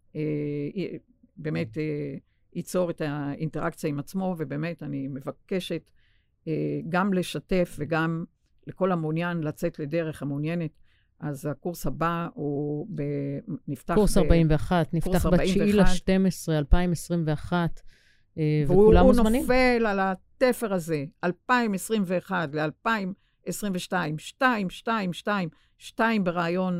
באמת ייצור את האינטראקציה עם עצמו, ובאמת אני מבקשת גם לשתף וגם לכל המעוניין לצאת לדרך המעוניינת. אז הקורס הבא הוא נפתח... קורס 41, נפתח ב9/12/2021, וכולם מוזמנים. והוא נופל על התפר הזה, 2021 ל-2022, 2 ברעיון,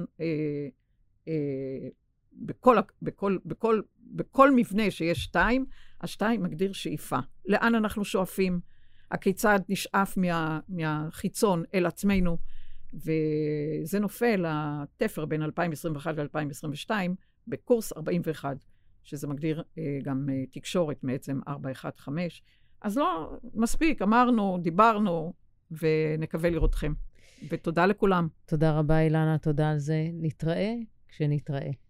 בכל מבנה שיש 2, ה-2 מגדיר שאיפה. לאן אנחנו שואפים? הכיצד נשאף מהחיצון אל עצמנו? וזה נופל, התפר בין 2021 ל-2022, בקורס 41, שזה מגדיר גם תקשורת מעצם 415. אז לא, מספיק, אמרנו, דיברנו, ונקווה לראותכם. ותודה לכולם. תודה רבה, אילנה, תודה על זה. נתראה כשנתראה.